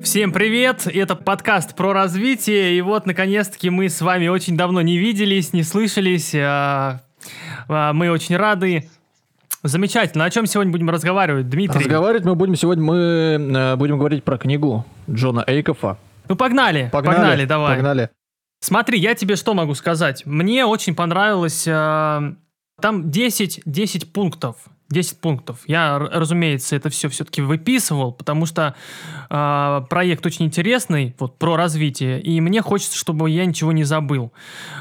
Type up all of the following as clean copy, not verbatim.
Всем привет! Это подкаст про развитие, и вот, наконец-таки, мы с вами очень давно не виделись, не слышались, мы очень рады. Замечательно. О чем сегодня будем разговаривать, Дмитрий? Разговаривать мы будем сегодня, будем говорить про книгу Джона Эйкоффа. Ну, погнали, давай. Погнали. Смотри, я тебе что могу сказать? Мне очень понравилось, там 10 пунктов. 10 пунктов. Я, разумеется, это все-таки выписывал, потому что проект очень интересный, вот, про развитие, и мне хочется, чтобы я ничего не забыл.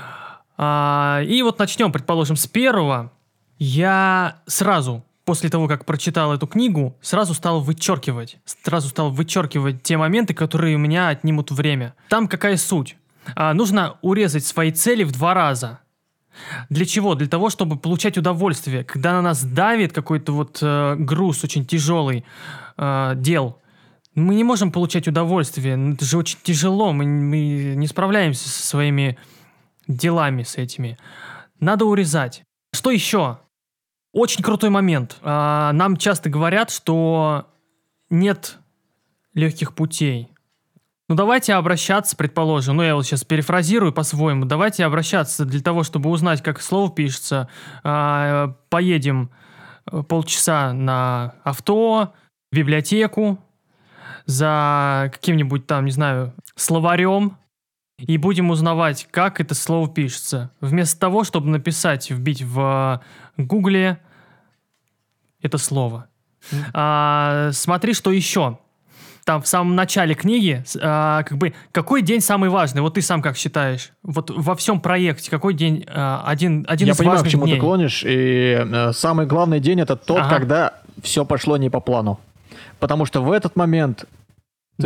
И вот начнем, предположим, с первого. Я сразу, после того, как прочитал эту книгу, сразу стал вычеркивать те моменты, которые у меня отнимут время. Там какая суть? Нужно урезать свои цели в 2 раза. Для чего? Для того, чтобы получать удовольствие. Когда на нас давит какой-то вот груз очень тяжелый дел, мы не можем получать удовольствие. Это же очень тяжело. Мы не справляемся со своими делами с этими. Надо урезать. Что еще? Очень крутой момент. Нам часто говорят, что нет легких путей. Ну, давайте обращаться, предположим, я вот сейчас перефразирую по-своему, давайте обращаться для того, чтобы узнать, как слово пишется, поедем полчаса на авто, в библиотеку, за каким-нибудь там, не знаю, словарем, и будем узнавать, как это слово пишется. Вместо того, чтобы вбить в Гугле это слово. Смотри, что еще. Там в самом начале книги, какой день самый важный? Вот ты сам как считаешь? Вот во всем проекте какой день один из важных дней? Я понимаю, к чему ты клонишь, и самый главный день — это тот, когда все пошло не по плану. Потому что в этот момент в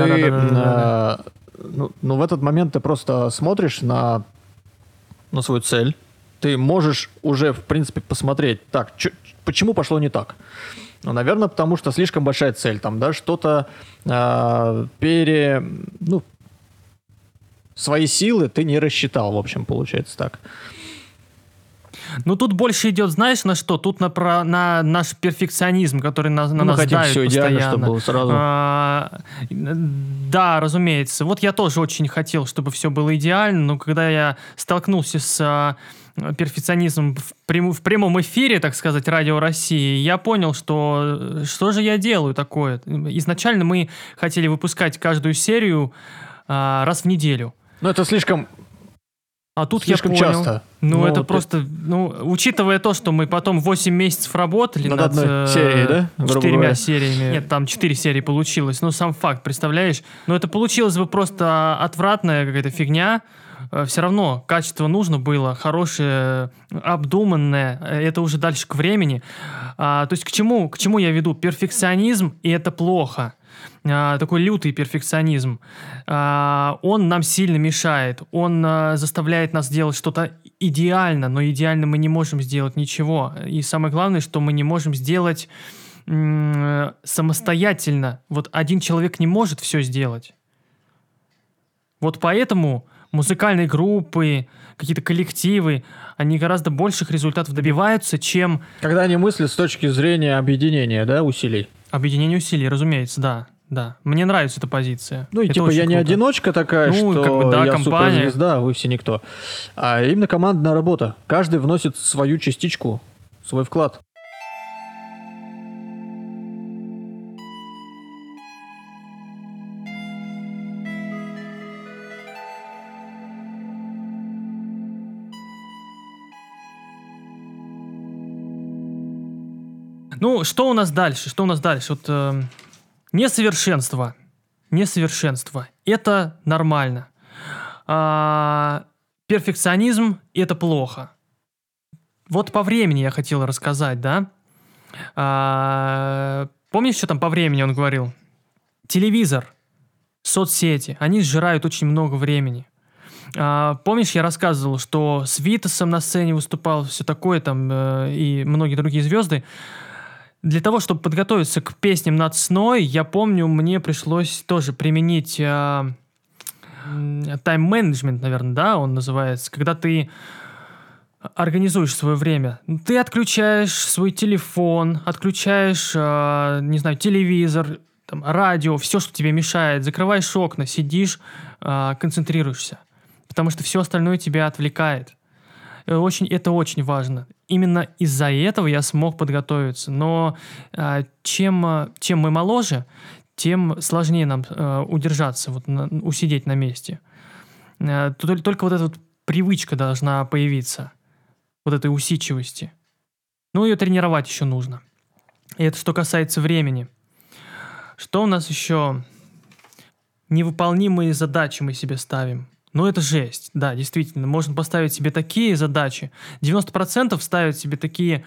этот момент ты просто смотришь на свою цель, ты можешь уже, в принципе, посмотреть, почему пошло не так. Наверное, потому что слишком большая цель, что-то свои силы ты не рассчитал, в общем, получается так. Ну, тут больше идет, знаешь, на что? Тут на наш перфекционизм, который на нас давит все постоянно. Идеально, чтобы было сразу. Да, разумеется. Вот я тоже очень хотел, чтобы все было идеально, но когда я столкнулся с перфекционизмом в прямом эфире, так сказать, Радио России, я понял, что же я делаю такое. Изначально мы хотели выпускать каждую серию раз в неделю. Но это слишком... А тут слишком я понял, часто. просто, учитывая то, что мы потом 8 месяцев работали над одной серией, да? 4 сериями. Нет, там 4 серии получилось. Сам факт, представляешь? Это получилось бы просто отвратная какая-то фигня. Все равно качество нужно было, хорошее, обдуманное. Это уже дальше к времени. То есть к чему я веду? Перфекционизм, и это плохо. Такой лютый перфекционизм. Он нам сильно мешает. Он заставляет нас делать что-то идеально, но идеально мы не можем сделать ничего. И самое главное, что мы не можем сделать самостоятельно. Вот один человек не может все сделать. Вот поэтому музыкальные группы, какие-то коллективы, они гораздо больших результатов добиваются, чем... Когда они мыслят с точки зрения объединения, усилий. Объединение усилий, разумеется, да. Мне нравится эта позиция. И это я не одиночка такая, что я компания. Суперзвезда, вы все никто. А именно командная работа. Каждый вносит свою частичку, свой вклад. Что у нас дальше? Вот несовершенство. Это нормально. Перфекционизм – это плохо. Вот по времени я хотел рассказать, да? Помнишь, что там по времени он говорил? Телевизор, соцсети, они сжирают очень много времени. Помнишь, я рассказывал, что с Витасом на сцене выступал, все такое там, и многие другие звезды. Для того, чтобы подготовиться к песням над сной, я помню, мне пришлось тоже применить тайм-менеджмент, наверное, да, он называется, когда ты организуешь свое время. Ты отключаешь свой телефон, отключаешь, не знаю, телевизор, там, радио, все, что тебе мешает, закрываешь окна, сидишь, концентрируешься. Потому что все остальное тебя отвлекает. Это очень важно. Именно из-за этого я смог подготовиться. Но чем мы моложе, тем сложнее нам удержаться, усидеть на месте. Только вот эта вот привычка должна появиться, вот этой усидчивости. Ну, ее тренировать еще нужно. И это что касается времени. Что у нас еще? Невыполнимые задачи мы себе ставим. Ну, это жесть. Да, действительно. Можно поставить себе такие задачи. 90% ставят себе такие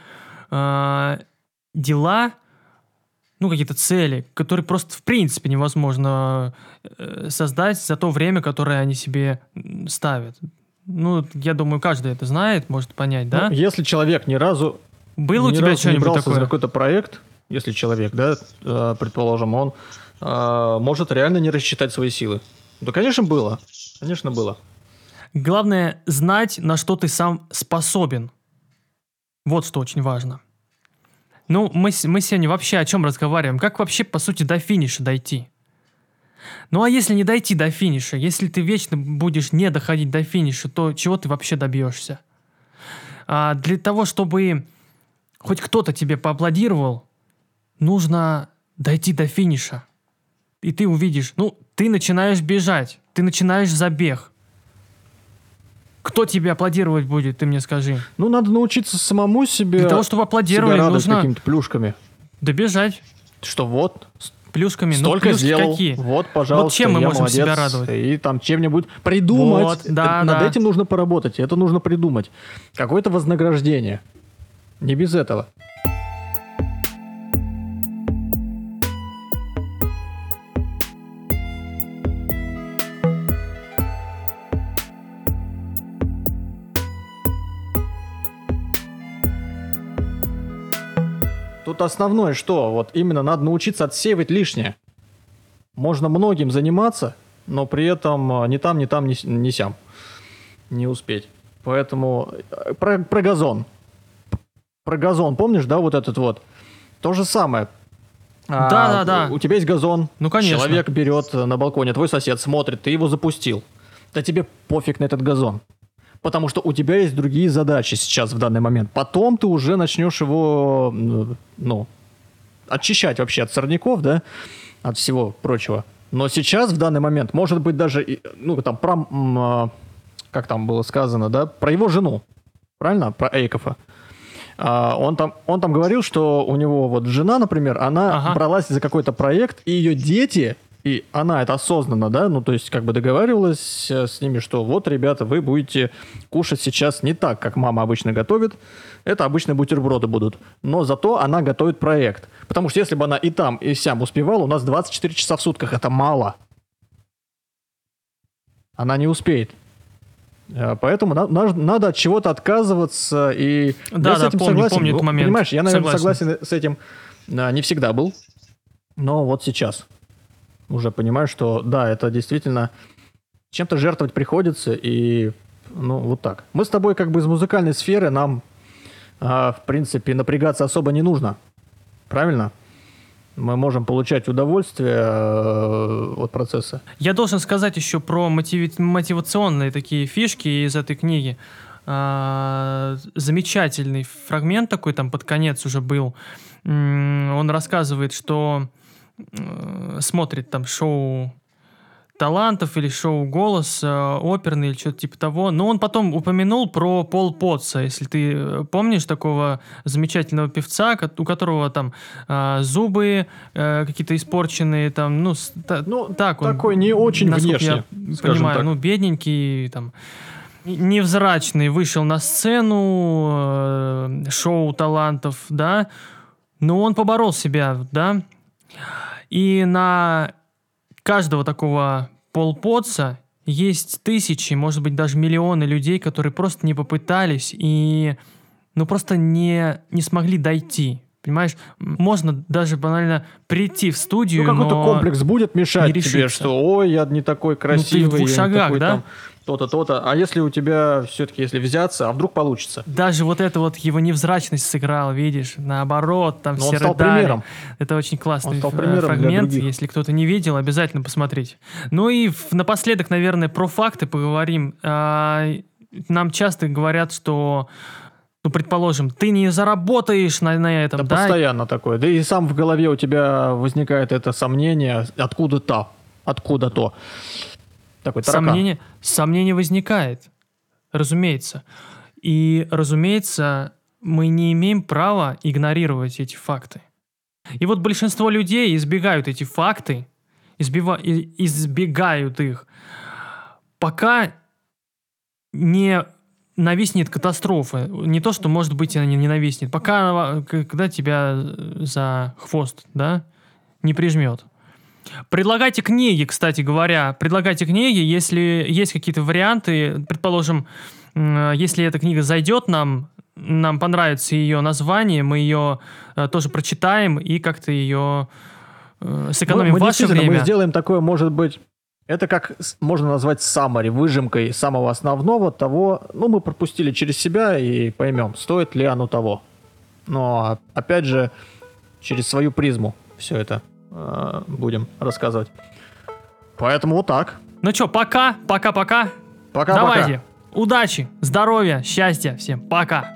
дела, ну, какие-то цели, которые просто в принципе невозможно создать за то время, которое они себе ставят. Ну, я думаю, каждый это знает, может понять, да? Ну, если человек ни разу было у тебя что-нибудь не брался такое? за какой-то проект, если человек, да, предположим, он может реально не рассчитать свои силы. Да, конечно, было. Конечно, было. Главное знать, на что ты сам способен. Вот что очень важно. Ну, мы сегодня вообще о чем разговариваем? Как вообще, по сути, до финиша дойти? Ну, а если не дойти до финиша, если ты вечно будешь не доходить до финиша, то чего ты вообще добьешься? Для того, чтобы хоть кто-то тебе поаплодировал, нужно дойти до финиша. И ты увидишь, ну, ты начинаешь бежать, ты начинаешь забег. Кто тебе аплодировать будет, ты мне скажи. Ну, надо научиться самому себе... Для того, чтобы аплодировали, себя нужно какими-то плюшками. добежать. Что вот, Плюшками. столько плюшки сделал, какие? вот, пожалуйста, Вот чем мы я можем молодец. себя радовать? И там чем-нибудь придумать. Вот, да, Над да. этим нужно поработать, это нужно придумать. Какое-то вознаграждение. Не без этого. Тут основное, что вот именно надо научиться отсеивать лишнее. Можно многим заниматься, но при этом ни там, ни сям. Не успеть. Поэтому про газон. Про газон, помнишь, да, вот этот вот? То же самое. Да. У тебя есть газон. Ну, конечно. Человек берет на балконе, твой сосед смотрит, ты его запустил. Да тебе пофиг на этот газон. Потому что у тебя есть другие задачи сейчас в данный момент. Потом ты уже начнешь его, ну, очищать вообще от сорняков, да, от всего прочего. Но сейчас, в данный момент, может быть даже, ну, там, как там было сказано, да, про его жену, правильно? Про Эйкофа. Он там говорил, что у него вот жена, например, она бралась за какой-то проект, и ее дети... И она это осознанно, да, ну, то есть как бы договаривалась с ними, что вот, ребята, вы будете кушать сейчас не так, как мама обычно готовит. Это обычные бутерброды будут. Но зато она готовит проект. Потому что если бы она и там, и сям успевала, у нас 24 часа в сутках. Это мало. Она не успеет. Поэтому надо от чего-то отказываться. И да, я с этим согласен. Помню этот момент. Понимаешь, я, наверное, согласен с этим не всегда был. Но вот сейчас уже понимаю, что да, это действительно чем-то жертвовать приходится, и ну вот так. Мы с тобой как бы из музыкальной сферы, нам в принципе напрягаться особо не нужно, правильно? Мы можем получать удовольствие от процесса. Я должен сказать еще про мотивационные такие фишки из этой книги. Замечательный фрагмент такой там под конец уже был. Он рассказывает, что смотрит там шоу талантов или шоу «Голос», оперный или что-то типа того. Но он потом упомянул про Пол Потца, если ты помнишь такого замечательного певца, у которого там зубы какие-то испорченные, там, ну так он... Такой не очень внешне, я понимаю, ну, бедненький, там, невзрачный, вышел на сцену шоу талантов, да, но он поборол себя, да. И на каждого такого Пол Потца есть тысячи, может быть, даже миллионы людей, которые просто не попытались и, ну, просто не смогли дойти. Понимаешь? Можно даже банально прийти в студию, какой-то комплекс будет мешать тебе, что ой, я не такой красивый, ну, ты в 2 шагах, такой, да? Там, то-то, то-то. А если у тебя все-таки, если взяться, а вдруг получится? Даже вот это вот его невзрачность сыграл, видишь, наоборот, там Но все он стал рыдали. примером. Это очень классный Он стал примером для фрагмент, других. если кто-то не видел, обязательно посмотрите. Ну и напоследок, наверное, про факты поговорим. Нам часто говорят, что, ну, предположим, ты не заработаешь на этом, Да, да? постоянно такое. Да и сам в голове у тебя возникает это сомнение, откуда-то. Такой таракан. Сомнение возникает, разумеется. И, разумеется, мы не имеем права игнорировать эти факты. И вот большинство людей избегают эти факты, избегают их, пока не нависнет катастрофа. Не то, что, может быть, она не нависнет. Пока, когда тебя за хвост, да, не прижмет. Предлагайте книги, кстати говоря. Предлагайте книги, если есть какие-то варианты. Предположим, если эта книга зайдет нам понравится ее название, мы ее тоже прочитаем и как-то ее сэкономим ваше время. Мы сделаем такое, может быть, это как можно назвать summary, выжимкой самого основного того, ну, мы пропустили через себя и поймем, стоит ли оно того. Но, опять же, через свою призму все это будем рассказывать. Поэтому вот так. Ну что, пока. Пока-пока. Давайте. Удачи, здоровья, счастья всем. Пока.